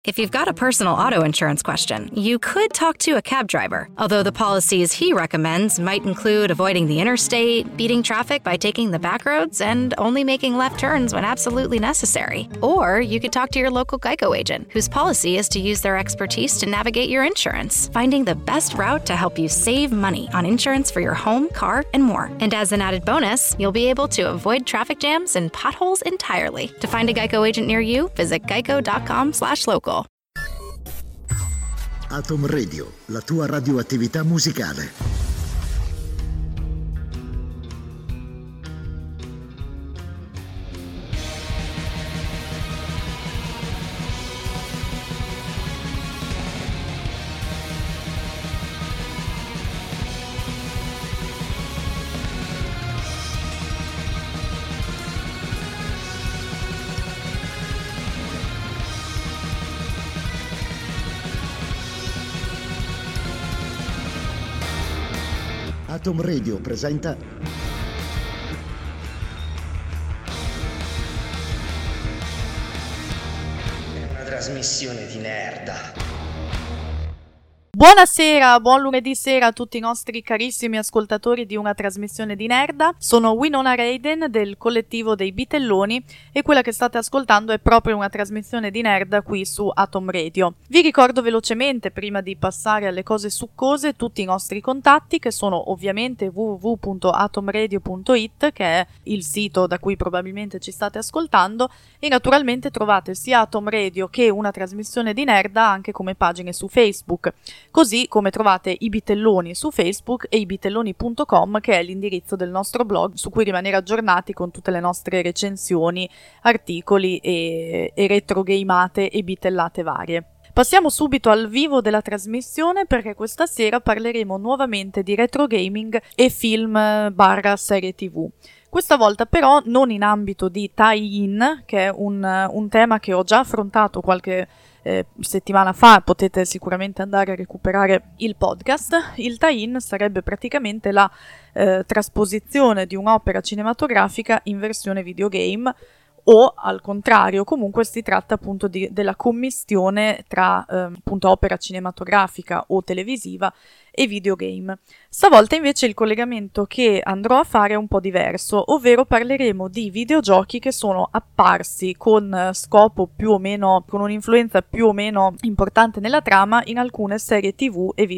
If you've got a personal auto insurance question, you could talk to a cab driver, although the policies he recommends might include avoiding the interstate, beating traffic by taking the back roads, and only making left turns when absolutely necessary. Or you could talk to your local Geico agent, whose policy is to use their expertise to navigate your insurance, finding the best route to help you save money on insurance for your home, car, and more. And as an added bonus, you'll be able to avoid traffic jams and potholes entirely. To find a Geico agent near you, visit geico.com/local. Atom Radio, la tua radioattività musicale. Atom Radio presenta una trasmissione di nerda. Buonasera, buon lunedì sera a tutti i nostri carissimi ascoltatori di una trasmissione di Nerda. Sono Winona Raiden del collettivo dei Bitelloni e quella che state ascoltando è proprio una trasmissione di Nerda qui su Atom Radio. Vi ricordo velocemente, prima di passare alle cose succose, tutti i nostri contatti, che sono ovviamente www.atomradio.it, che è il sito da cui probabilmente ci state ascoltando, e naturalmente trovate sia Atom Radio che una trasmissione di Nerda anche come pagine su Facebook. Così come trovate i Bitelloni su Facebook e ibitelloni.com, che è l'indirizzo del nostro blog su cui rimanere aggiornati con tutte le nostre recensioni, articoli e retrogamate e bitellate varie. Passiamo subito al vivo della trasmissione, perché questa sera parleremo nuovamente di retro gaming e film / serie TV. Questa volta però non in ambito di tie-in, che è un tema che ho già affrontato qualche settimana fa. Potete sicuramente andare a recuperare il podcast. Il tie-in sarebbe praticamente la trasposizione di un'opera cinematografica in versione videogame, o al contrario, comunque si tratta appunto della commistione tra appunto opera cinematografica o televisiva e videogame. Stavolta invece il collegamento che andrò a fare è un po' diverso, ovvero parleremo di videogiochi che sono apparsi con scopo più o meno, con un'influenza più o meno importante nella trama in alcune serie TV e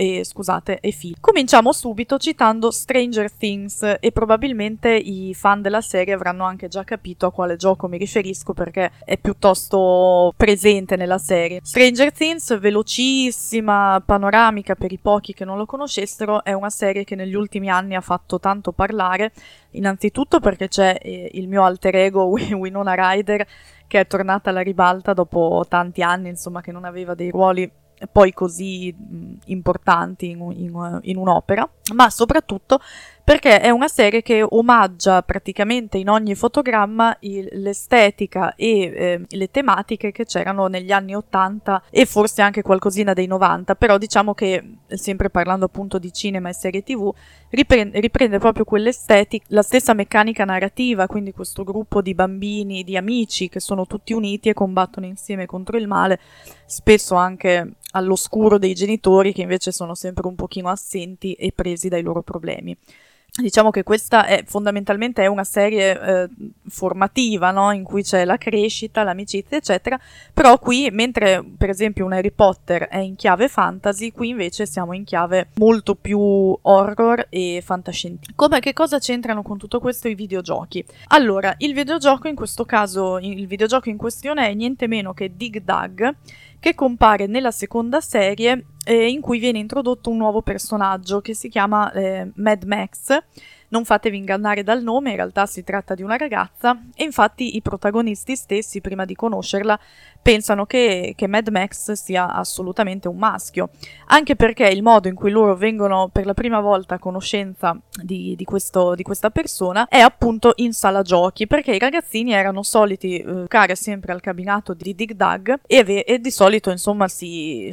e film. Cominciamo subito citando Stranger Things, e probabilmente i fan della serie avranno anche già capito a quale gioco mi riferisco, perché è piuttosto presente nella serie. Stranger Things, velocissima, panoramica per i pochi che non lo conoscessero, è una serie che negli ultimi anni ha fatto tanto parlare, innanzitutto perché c'è il mio alter ego Winona Ryder, che è tornata alla ribalta dopo tanti anni, insomma, che non aveva dei ruoli poi così importanti in un'opera, ma soprattutto perché è una serie che omaggia praticamente in ogni fotogramma l'estetica e le tematiche che c'erano negli anni 80 e forse anche qualcosina dei 90, però diciamo che, sempre parlando appunto di cinema e serie TV, riprende proprio quell'estetica, la stessa meccanica narrativa, quindi questo gruppo di bambini, di amici che sono tutti uniti e combattono insieme contro il male, spesso anche all'oscuro dei genitori, che invece sono sempre un pochino assenti e presi dai loro problemi. Diciamo che questa è fondamentalmente una serie formativa, no? In cui c'è la crescita, l'amicizia, eccetera, però qui, mentre per esempio un Harry Potter è in chiave fantasy, qui invece siamo in chiave molto più horror e fantascientifica. Che cosa c'entrano con tutto questo i videogiochi? Allora, il videogioco in questo caso, il videogioco in questione è niente meno che Dig Dug, che compare nella seconda serie, in cui viene introdotto un nuovo personaggio che si chiama Mad Max. Non fatevi ingannare dal nome, in realtà si tratta di una ragazza, e infatti i protagonisti stessi, prima di conoscerla, pensano che Mad Max sia assolutamente un maschio, anche perché il modo in cui loro vengono per la prima volta a conoscenza di questa persona è appunto in sala giochi, perché i ragazzini erano soliti giocare sempre al cabinato di Dig Dug e di solito insomma si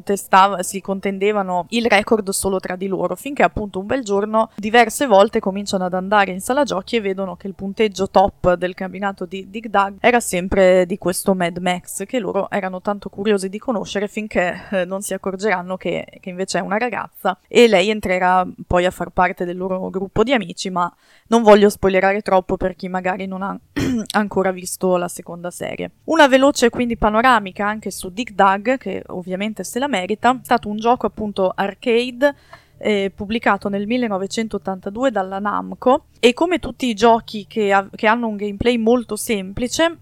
contendevano il record solo tra di loro, finché appunto un bel giorno diverse volte cominciano ad andare in sala giochi e vedono che il punteggio top del cabinato di Dig Dug era sempre di questo Mad Max. ragazze che loro erano tanto curiosi di conoscere finché non si accorgeranno che invece è una ragazza, e lei entrerà poi a far parte del loro gruppo di amici, ma non voglio spoilerare troppo per chi magari non ha ancora visto la seconda serie. Una veloce quindi panoramica anche su Dig Dug, che ovviamente se la merita. È stato un gioco appunto arcade pubblicato nel 1982 dalla Namco, e come tutti i giochi che hanno un gameplay molto semplice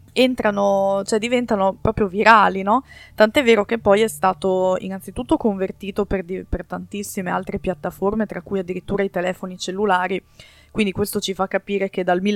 diventano proprio virali, no? Tant'è vero che poi è stato innanzitutto convertito per tantissime altre piattaforme, tra cui addirittura i telefoni cellulari. Quindi questo ci fa capire che dal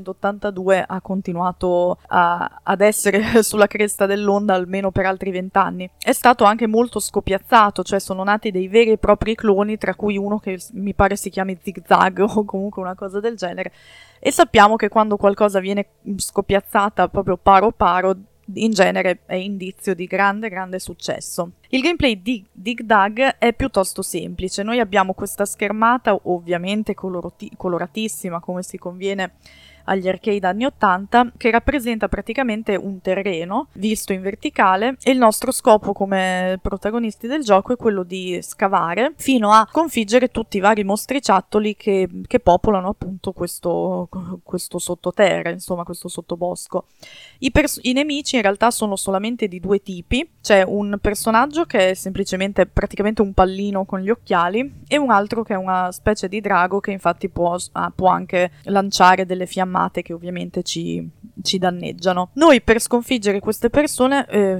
1982 ha continuato ad essere sulla cresta dell'onda almeno per altri 20 anni. È stato anche molto scopiazzato, cioè sono nati dei veri e propri cloni, tra cui uno che mi pare si chiami Zig Zag o comunque una cosa del genere. E sappiamo che quando qualcosa viene scopiazzata proprio paro paro, in genere è indizio di grande successo. Il gameplay di Dig Dug è piuttosto semplice. Noi abbiamo questa schermata ovviamente coloratissima, come si conviene agli arcade anni 80, che rappresenta praticamente un terreno visto in verticale, e il nostro scopo come protagonisti del gioco è quello di scavare fino a sconfiggere tutti i vari mostriciattoli che popolano appunto questo sottoterra, insomma questo sottobosco. I nemici in realtà sono solamente di due tipi: c'è un personaggio che è semplicemente praticamente un pallino con gli occhiali, e un altro che è una specie di drago che infatti può anche lanciare delle fiammate che ovviamente ci danneggiano. Noi per sconfiggere queste persone,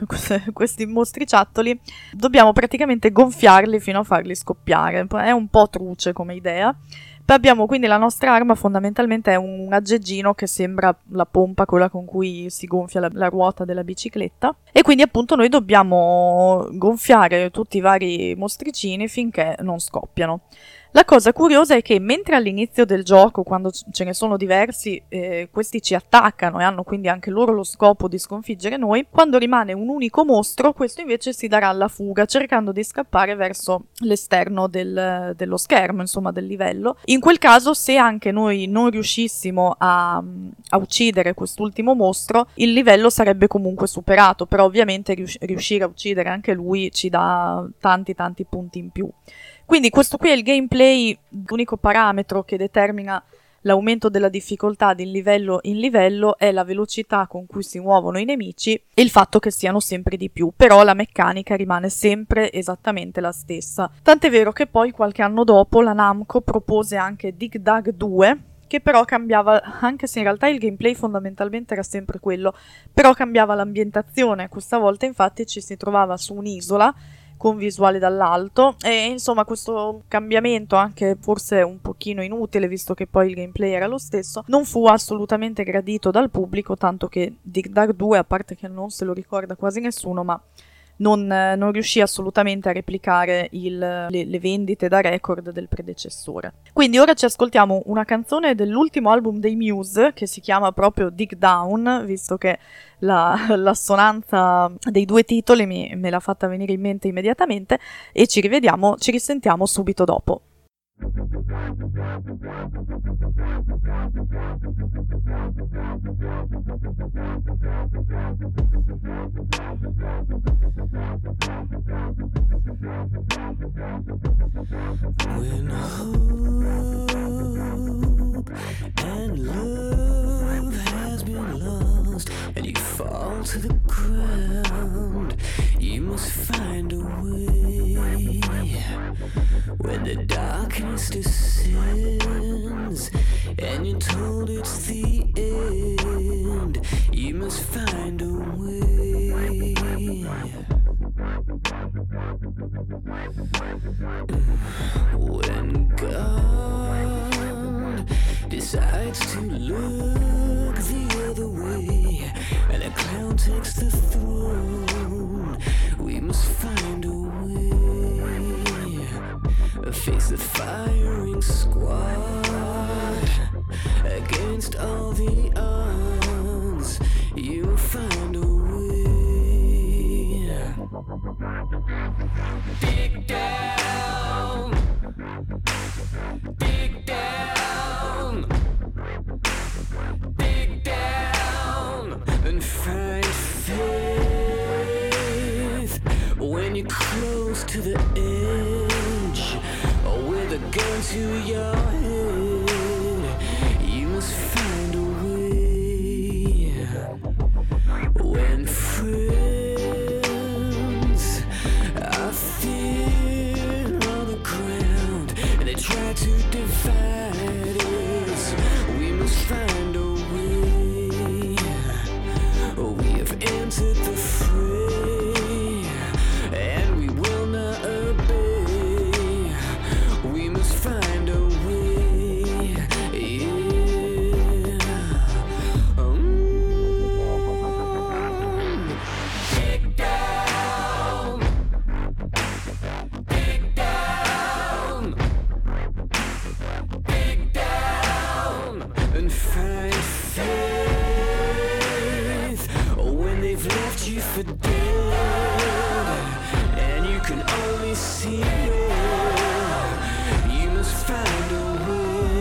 questi mostriciattoli, dobbiamo praticamente gonfiarli fino a farli scoppiare. È un po' truce come idea. Poi abbiamo quindi la nostra arma, fondamentalmente è un aggeggino che sembra la pompa, quella con cui si gonfia la ruota della bicicletta, e quindi appunto noi dobbiamo gonfiare tutti i vari mostricini finché non scoppiano. La cosa curiosa è che mentre all'inizio del gioco, quando ce ne sono diversi, questi ci attaccano e hanno quindi anche loro lo scopo di sconfiggere noi, quando rimane un unico mostro, questo invece si darà alla fuga, cercando di scappare verso l'esterno dello schermo, insomma del livello. In quel caso, se anche noi non riuscissimo a uccidere quest'ultimo mostro, il livello sarebbe comunque superato, però ovviamente riuscire a uccidere anche lui ci dà tanti punti in più. Quindi questo qui è il gameplay, l'unico parametro che determina l'aumento della difficoltà di livello in livello è la velocità con cui si muovono i nemici e il fatto che siano sempre di più, però la meccanica rimane sempre esattamente la stessa. Tant'è vero che poi qualche anno dopo la Namco propose anche Dig Dug 2, che però cambiava, anche se in realtà il gameplay fondamentalmente era sempre quello, però cambiava l'ambientazione. Questa volta infatti ci si trovava su un'isola con visuale dall'alto, e insomma questo cambiamento, anche forse un pochino inutile visto che poi il gameplay era lo stesso, non fu assolutamente gradito dal pubblico, tanto che Dig Dug 2, a parte che non se lo ricorda quasi nessuno, ma non riuscì assolutamente a replicare le vendite da record del predecessore. Quindi ora ci ascoltiamo una canzone dell'ultimo album dei Muse che si chiama proprio Dig Down, visto che l'assonanza dei due titoli me l'ha fatta venire in mente immediatamente, e ci risentiamo subito dopo. When hope and love has been lost and you fall to the ground, you must find a way. When the darkness descends and you're told it's the end, you must find a way. When God decides to look the other way and a clown takes the throne, we must find a way. Face the firing squad against all the odds, you'll find a way. Dig down, dig down, dig down and find faith. when you're close to the edge, or with a gun to your head, you must find a way. When friends are thin on the ground and they try to divide us, we must find a way. We have entered the fray, and we will not obey. We must find a way, yeah. Dig down, dig down, dig down, and find faith when they've left you for dead, and you can only see red. You must find a way.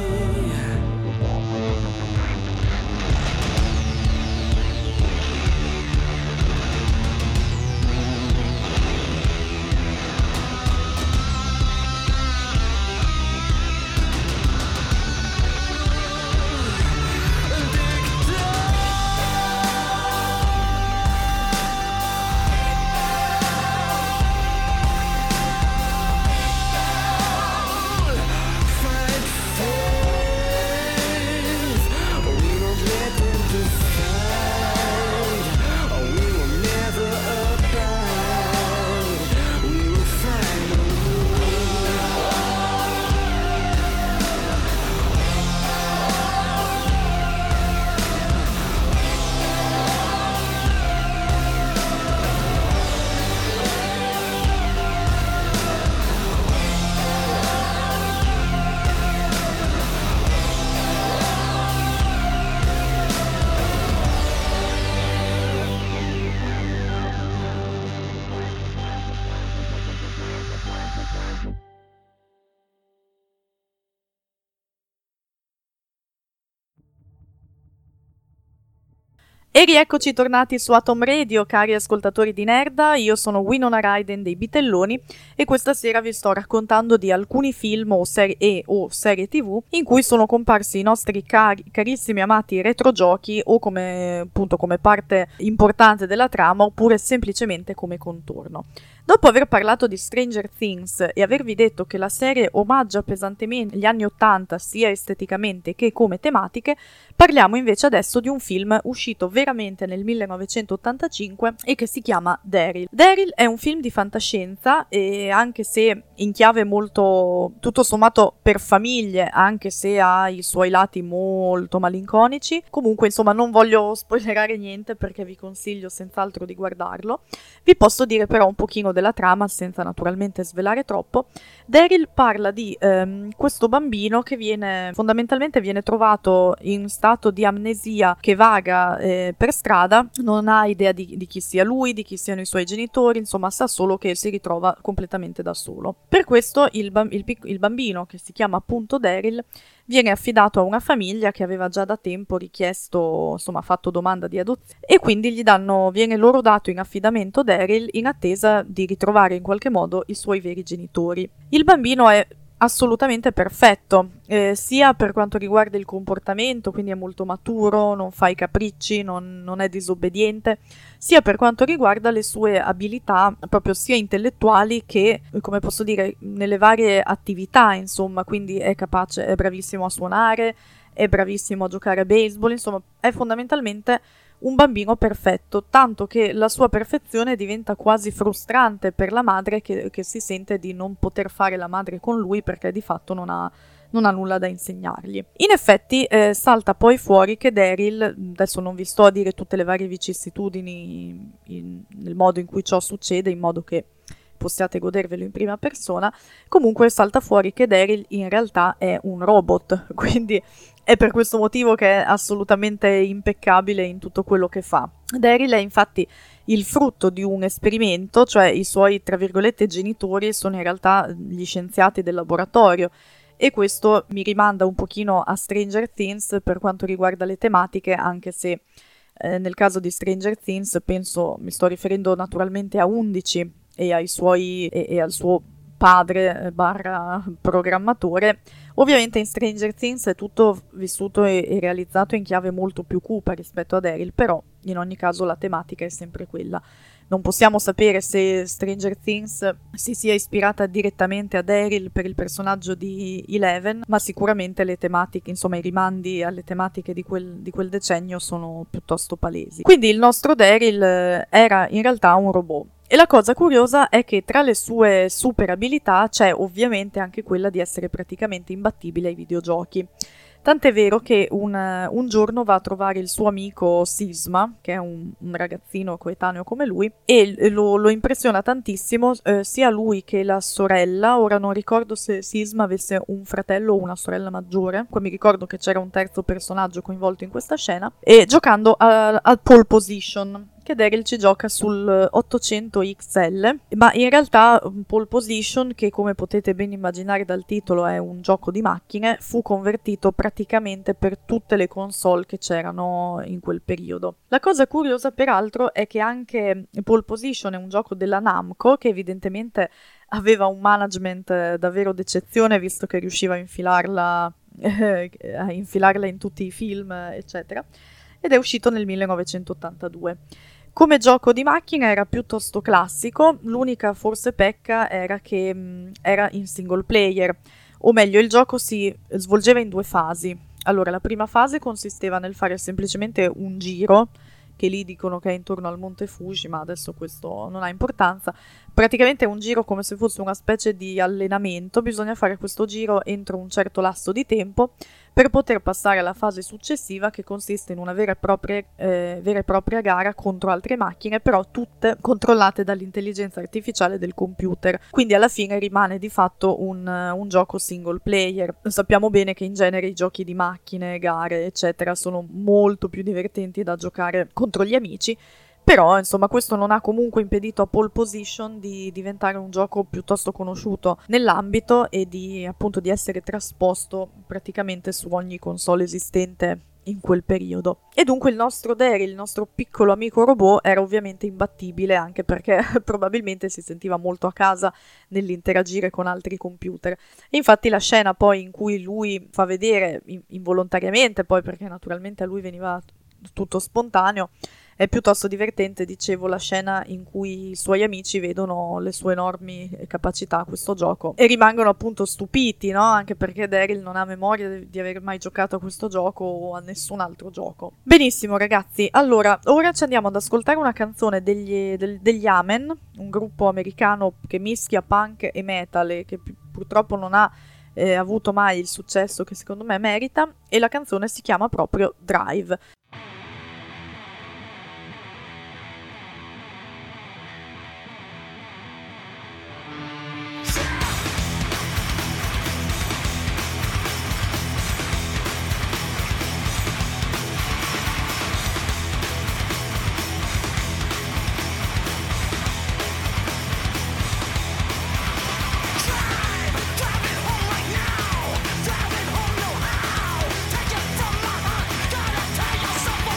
E rieccoci tornati su Atom Radio, cari ascoltatori di Nerda. Io sono Winona Ryder dei Bitelloni e questa sera vi sto raccontando di alcuni film o serie TV in cui sono comparsi i nostri carissimi amati retrogiochi, o come appunto come parte importante della trama, oppure semplicemente come contorno. Dopo aver parlato di Stranger Things e avervi detto che la serie omaggia pesantemente gli anni '80 sia esteticamente che come tematiche, parliamo invece adesso di un film uscito veramente nel 1985 e che si chiama Daryl. Daryl è un film di fantascienza, e anche se in chiave molto, tutto sommato per famiglie, anche se ha i suoi lati molto malinconici, comunque insomma non voglio spoilerare niente perché vi consiglio senz'altro di guardarlo. Vi posso dire però un pochino della trama senza naturalmente svelare troppo. Daryl parla di questo bambino che fondamentalmente viene trovato in stato di amnesia, che vaga per strada, non ha idea di chi sia lui, di chi siano i suoi genitori, insomma sa solo che si ritrova completamente da solo. Per questo il bambino, che si chiama appunto Daryl, viene affidato a una famiglia che aveva già da tempo richiesto, insomma fatto domanda di adozione, e quindi viene loro dato in affidamento Daryl in attesa di ritrovare in qualche modo i suoi veri genitori. Il bambino è assolutamente perfetto, sia per quanto riguarda il comportamento, quindi è molto maturo, non fa i capricci, non è disobbediente, sia per quanto riguarda le sue abilità proprio sia intellettuali che, come posso dire, nelle varie attività, insomma, quindi è bravissimo a suonare, è bravissimo a giocare a baseball, insomma è fondamentalmente un bambino perfetto, tanto che la sua perfezione diventa quasi frustrante per la madre che si sente di non poter fare la madre con lui perché di fatto non ha nulla da insegnargli. In effetti salta poi fuori che Daryl, adesso non vi sto a dire tutte le varie vicissitudini nel modo in cui ciò succede, in modo che possiate godervelo in prima persona, comunque salta fuori che Daryl in realtà è un robot, quindi è per questo motivo che è assolutamente impeccabile in tutto quello che fa. Daryl è infatti il frutto di un esperimento, cioè i suoi, tra virgolette, genitori sono in realtà gli scienziati del laboratorio, e questo mi rimanda un pochino a Stranger Things per quanto riguarda le tematiche, anche se nel caso di Stranger Things mi sto riferendo naturalmente a 11, e ai suoi e al suo padre barra programmatore. Ovviamente in Stranger Things è tutto vissuto e realizzato in chiave molto più cupa rispetto a Daryl, però in ogni caso la tematica è sempre quella. Non possiamo sapere se Stranger Things si sia ispirata direttamente a Daryl per il personaggio di Eleven, ma sicuramente le tematiche, insomma i rimandi alle tematiche di quel decennio sono piuttosto palesi. Quindi il nostro Daryl era in realtà un robot. E la cosa curiosa è che tra le sue super abilità c'è ovviamente anche quella di essere praticamente imbattibile ai videogiochi. Tant'è vero che un giorno va a trovare il suo amico Sisma, che è un ragazzino coetaneo come lui, e lo impressiona tantissimo sia lui che la sorella. Ora non ricordo se Sisma avesse un fratello o una sorella maggiore, poi mi ricordo che c'era un terzo personaggio coinvolto in questa scena, e giocando al pole position, che Daryl ci gioca sul 800 XL, ma in realtà pole position, che come potete ben immaginare dal titolo è un gioco di macchine, fu convertito praticamente per tutte le console che c'erano in quel periodo. La cosa curiosa peraltro è che anche pole position è un gioco della Namco, che evidentemente aveva un management davvero d'eccezione, visto che riusciva a infilarla in tutti i film, eccetera, ed è uscito nel 1982. Come gioco di macchina era piuttosto classico, l'unica forse pecca era che era in single player, o meglio il gioco si svolgeva in 2 fasi. Allora, la prima fase consisteva nel fare semplicemente un giro, che lì dicono che è intorno al Monte Fuji, ma adesso questo non ha importanza. Praticamente è un giro come se fosse una specie di allenamento, bisogna fare questo giro entro un certo lasso di tempo per poter passare alla fase successiva, che consiste in una vera e propria gara contro altre macchine, però tutte controllate dall'intelligenza artificiale del computer. Quindi alla fine rimane di fatto un gioco single player. Sappiamo bene che in genere i giochi di macchine, gare, eccetera, sono molto più divertenti da giocare contro gli amici. Però, insomma, questo non ha comunque impedito a Pole Position di diventare un gioco piuttosto conosciuto nell'ambito e di essere trasposto praticamente su ogni console esistente in quel periodo. E dunque il nostro Daryl, il nostro piccolo amico robot, era ovviamente imbattibile, anche perché probabilmente si sentiva molto a casa nell'interagire con altri computer. E infatti la scena poi in cui lui fa vedere involontariamente, poi perché naturalmente a lui veniva tutto spontaneo, è piuttosto divertente, dicevo, la scena in cui i suoi amici vedono le sue enormi capacità a questo gioco e rimangono appunto stupiti, no? Anche perché Daryl non ha memoria di aver mai giocato a questo gioco o a nessun altro gioco. Benissimo ragazzi, allora ora ci andiamo ad ascoltare una canzone degli Amen, un gruppo americano che mischia punk e metal e che purtroppo non ha avuto mai il successo che secondo me merita, e la canzone si chiama proprio Drive. Driving home, no how. Take it from my heart, gotta tell you something.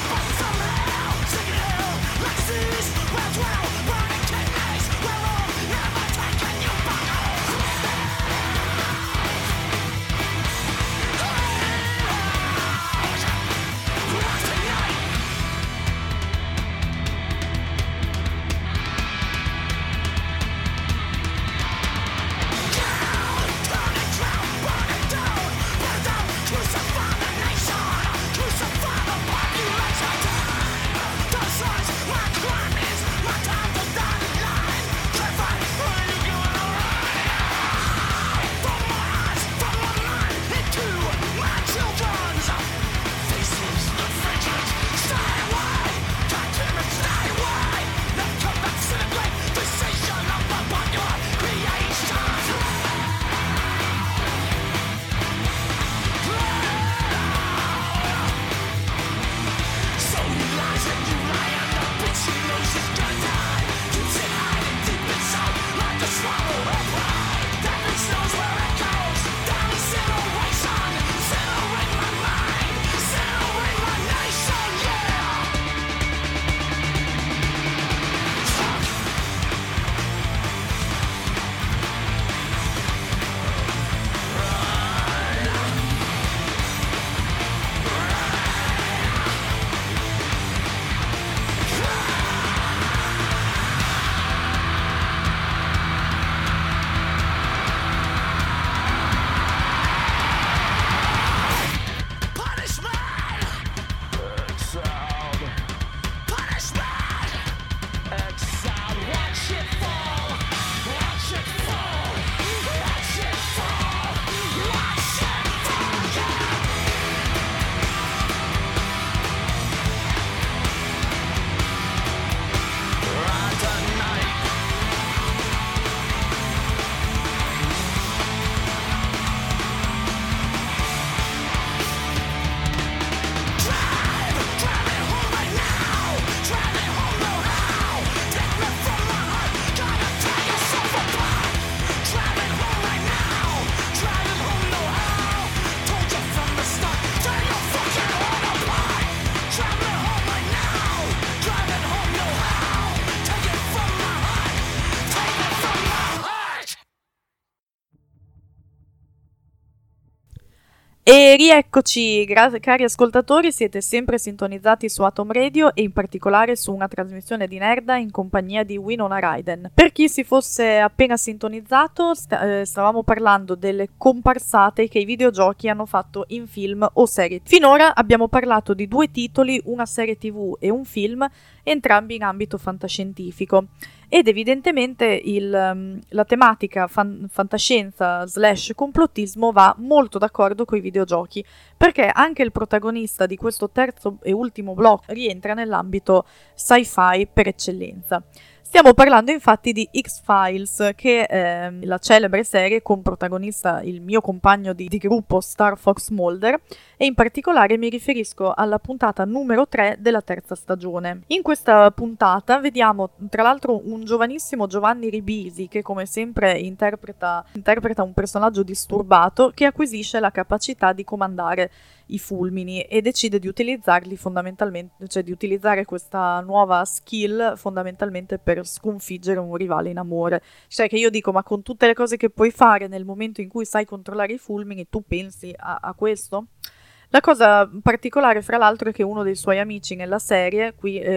E rieccoci, cari ascoltatori, siete sempre sintonizzati su Atom Radio e in particolare su una trasmissione di Nerda in compagnia di Winona Ryder. Per chi si fosse appena sintonizzato, stavamo parlando delle comparsate che i videogiochi hanno fatto in film o serie. Finora abbiamo parlato di 2 titoli, una serie TV e un film, entrambi in ambito fantascientifico. Ed evidentemente la tematica fantascienza / complottismo va molto d'accordo con i videogiochi, perché anche il protagonista di questo terzo e ultimo blocco rientra nell'ambito sci-fi per eccellenza. Stiamo parlando infatti di X-Files, che è la celebre serie con protagonista il mio compagno di gruppo Star Fox Mulder, e in particolare mi riferisco alla puntata numero 3 della terza stagione. In questa puntata vediamo tra l'altro un giovanissimo Giovanni Ribisi che come sempre interpreta un personaggio disturbato che acquisisce la capacità di comandare i fulmini e decide di utilizzarli fondamentalmente, cioè di utilizzare questa nuova skill fondamentalmente per sconfiggere un rivale in amore. Cioè che io dico, ma con tutte le cose che puoi fare nel momento in cui sai controllare i fulmini, tu pensi a questo? La cosa particolare, fra l'altro, è che uno dei suoi amici nella serie,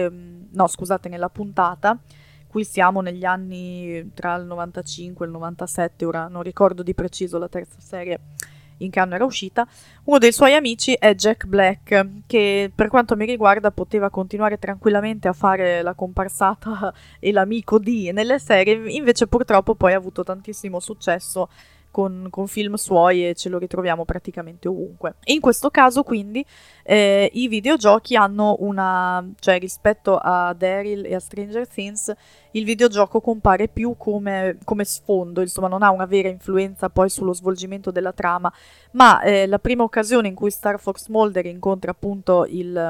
nella puntata, qui siamo negli anni tra il 95 e il 97, ora non ricordo di preciso la terza serie in che anno era uscita, uno dei suoi amici è Jack Black, che per quanto mi riguarda poteva continuare tranquillamente a fare la comparsata e l'amico nelle serie, invece purtroppo poi ha avuto tantissimo successo con film suoi e ce lo ritroviamo praticamente ovunque. E in questo caso quindi i videogiochi hanno cioè rispetto a Daryl e a Stranger Things, il videogioco compare più come sfondo, insomma non ha una vera influenza poi sullo svolgimento della trama, ma la prima occasione in cui Star Fox Mulder incontra appunto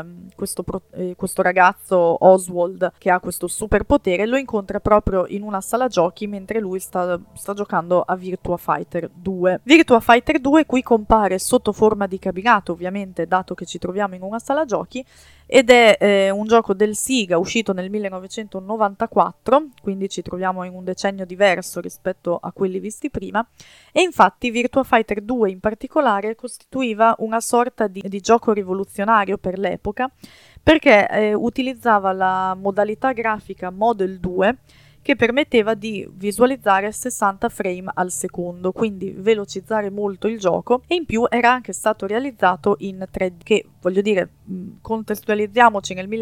questo ragazzo Oswald che ha questo superpotere, lo incontra proprio in una sala giochi mentre lui sta giocando a Virtua Fighter 2. Virtua Fighter 2 qui compare sotto forma di cabinato, ovviamente, dato che ci troviamo in una sala giochi, ed è un gioco del Sega uscito nel 1994, quindi ci troviamo in un decennio diverso rispetto a quelli visti prima, e infatti Virtua Fighter 2 in particolare costituiva una sorta di gioco rivoluzionario per l'epoca, perché utilizzava la modalità grafica Model 2, che permetteva di visualizzare 60 frame al secondo, quindi velocizzare molto il gioco, e in più era anche stato realizzato in 3D, che voglio dire, contestualizziamoci, nel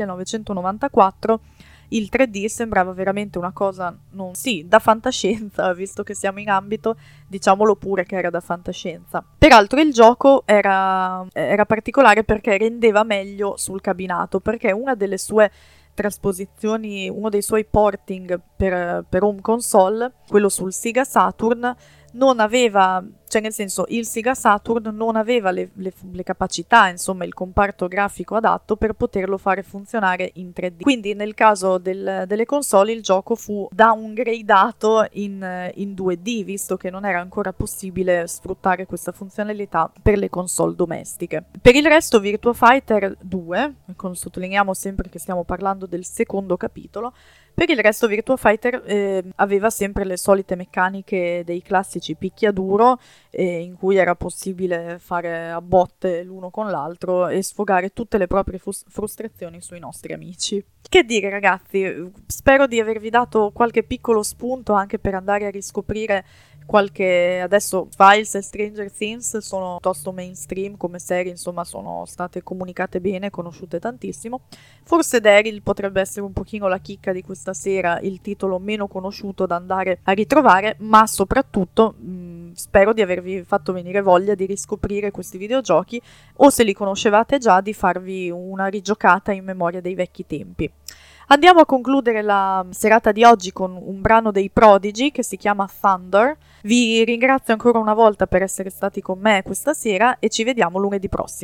1994 il 3D sembrava veramente una cosa, da fantascienza, visto che siamo in ambito, diciamolo pure che era da fantascienza. Peraltro il gioco era particolare perché rendeva meglio sul cabinato, perché una delle sue trasposizioni, uno dei suoi porting per home console, quello sul Sega Saturn, non aveva, cioè nel senso il Sega Saturn non aveva le capacità, insomma il comparto grafico adatto per poterlo fare funzionare in 3D. Quindi nel caso delle console il gioco fu downgradato in 2D, visto che non era ancora possibile sfruttare questa funzionalità per le console domestiche. Per il resto Virtua Fighter 2, sottolineiamo sempre che stiamo parlando del secondo capitolo, per il resto Virtua Fighter aveva sempre le solite meccaniche dei classici picchiaduro, in cui era possibile fare a botte l'uno con l'altro e sfogare tutte le proprie frustrazioni sui nostri amici. Che dire ragazzi, spero di avervi dato qualche piccolo spunto anche per andare a riscoprire adesso Files e Stranger Things sono piuttosto mainstream come serie, insomma sono state comunicate bene, conosciute tantissimo. Forse Daryl potrebbe essere un pochino la chicca di questa sera, il titolo meno conosciuto da andare a ritrovare, ma soprattutto spero di avervi fatto venire voglia di riscoprire questi videogiochi, o se li conoscevate già di farvi una rigiocata in memoria dei vecchi tempi. Andiamo a concludere la serata di oggi con un brano dei Prodigy che si chiama Thunder. Vi ringrazio ancora una volta per essere stati con me questa sera e ci vediamo lunedì prossimo.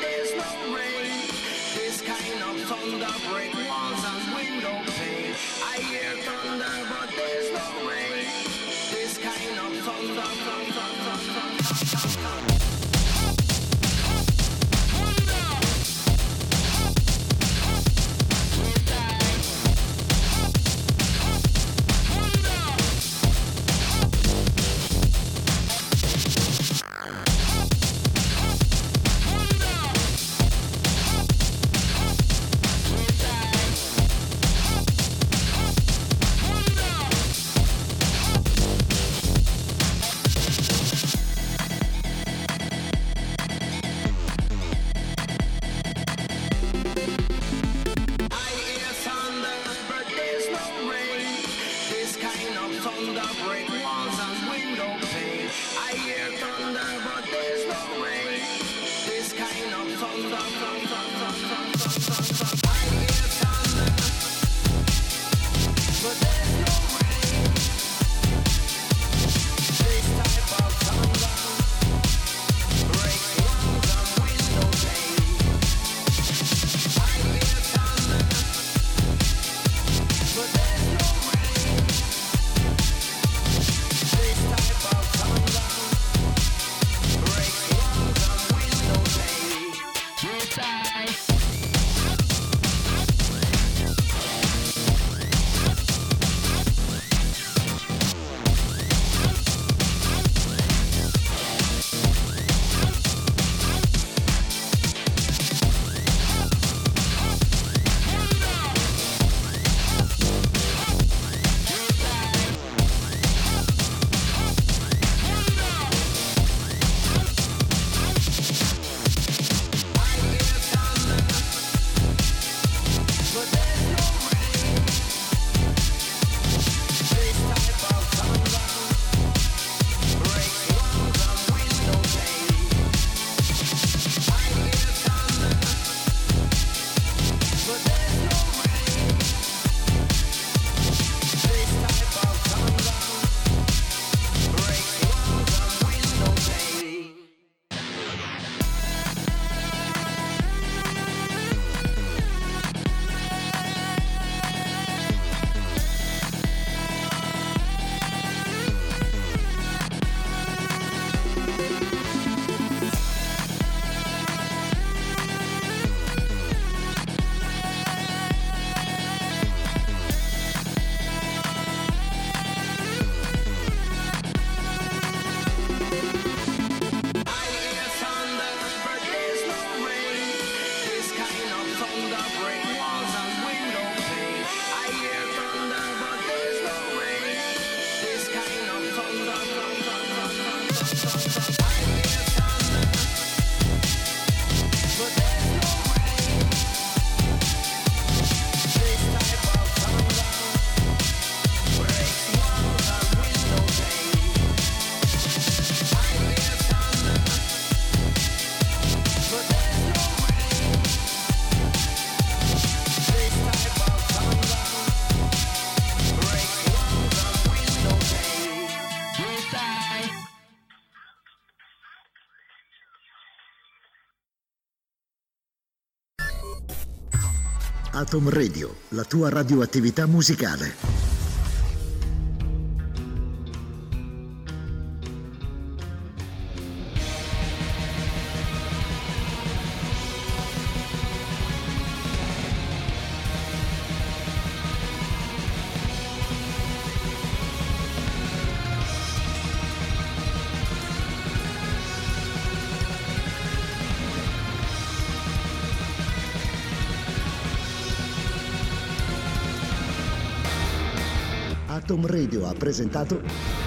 Thunder break walls and window pane. Atom Radio, la tua radioattività musicale. Atom Radio ha presentato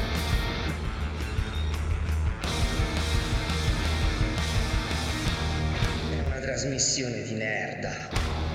È una trasmissione di merda.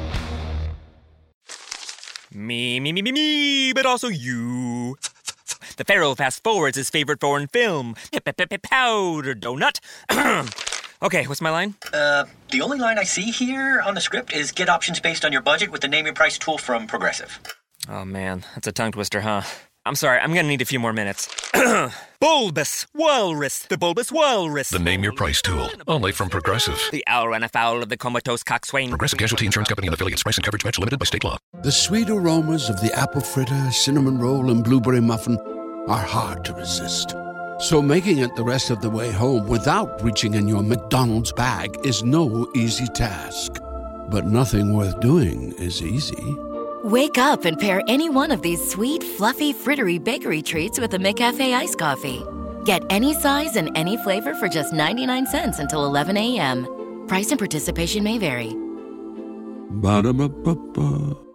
Me, but also you. The Pharaoh fast forwards his favorite foreign film, Powder Donut. Okay, what's my line? The only line I see here on the script is get options based on your budget with the Name Your Price tool from Progressive. Oh man, that's a tongue twister, huh? I'm sorry, I'm gonna need a few more minutes. Bulbous Walrus, the Bulbous Walrus. The Name Your Price tool, only from Progressive. The owl ran afoul of the comatose coxswain. Progressive Casualty Insurance Company and affiliates. Price and coverage match limited by state law. The sweet aromas of the apple fritter, cinnamon roll, and blueberry muffin are hard to resist. So making it the rest of the way home without reaching in your McDonald's bag is no easy task. But nothing worth doing is easy. Wake up and pair any one of these sweet, fluffy, frittery bakery treats with a McCafe iced coffee. Get any size and any flavor for just 99 cents until 11 a.m. Price and participation may vary. Ba-da-ba-ba-ba.